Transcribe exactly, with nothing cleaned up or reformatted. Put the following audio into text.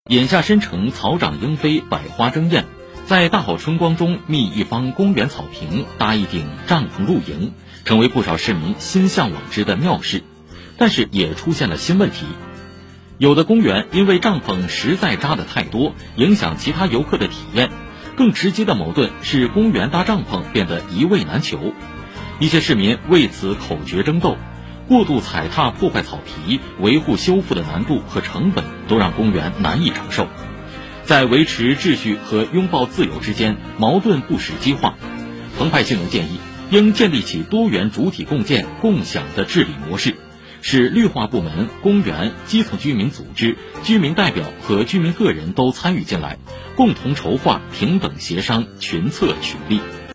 眼下深城草长莺飞，百花争艳，在大好春光中觅一方公园草坪，搭一顶帐篷露营，成为不少市民心向往之的妙事。但是也出现了新问题，有的公园因为帐篷实在扎得太多，影响其他游客的体验。更直接的矛盾是公园搭帐篷变得一位难求，一些市民为此口角争斗，过度踩踏破坏草皮，维护修复的难度和成本都让公园难以承受。在维持秩序和拥抱自由之间，矛盾不时激化。澎湃新闻建议，应建立起多元主体共建共享的治理模式，使绿化部门、公园、基层居民组织、居民代表和居民个人都参与进来，共同筹划平等协商，群策群力。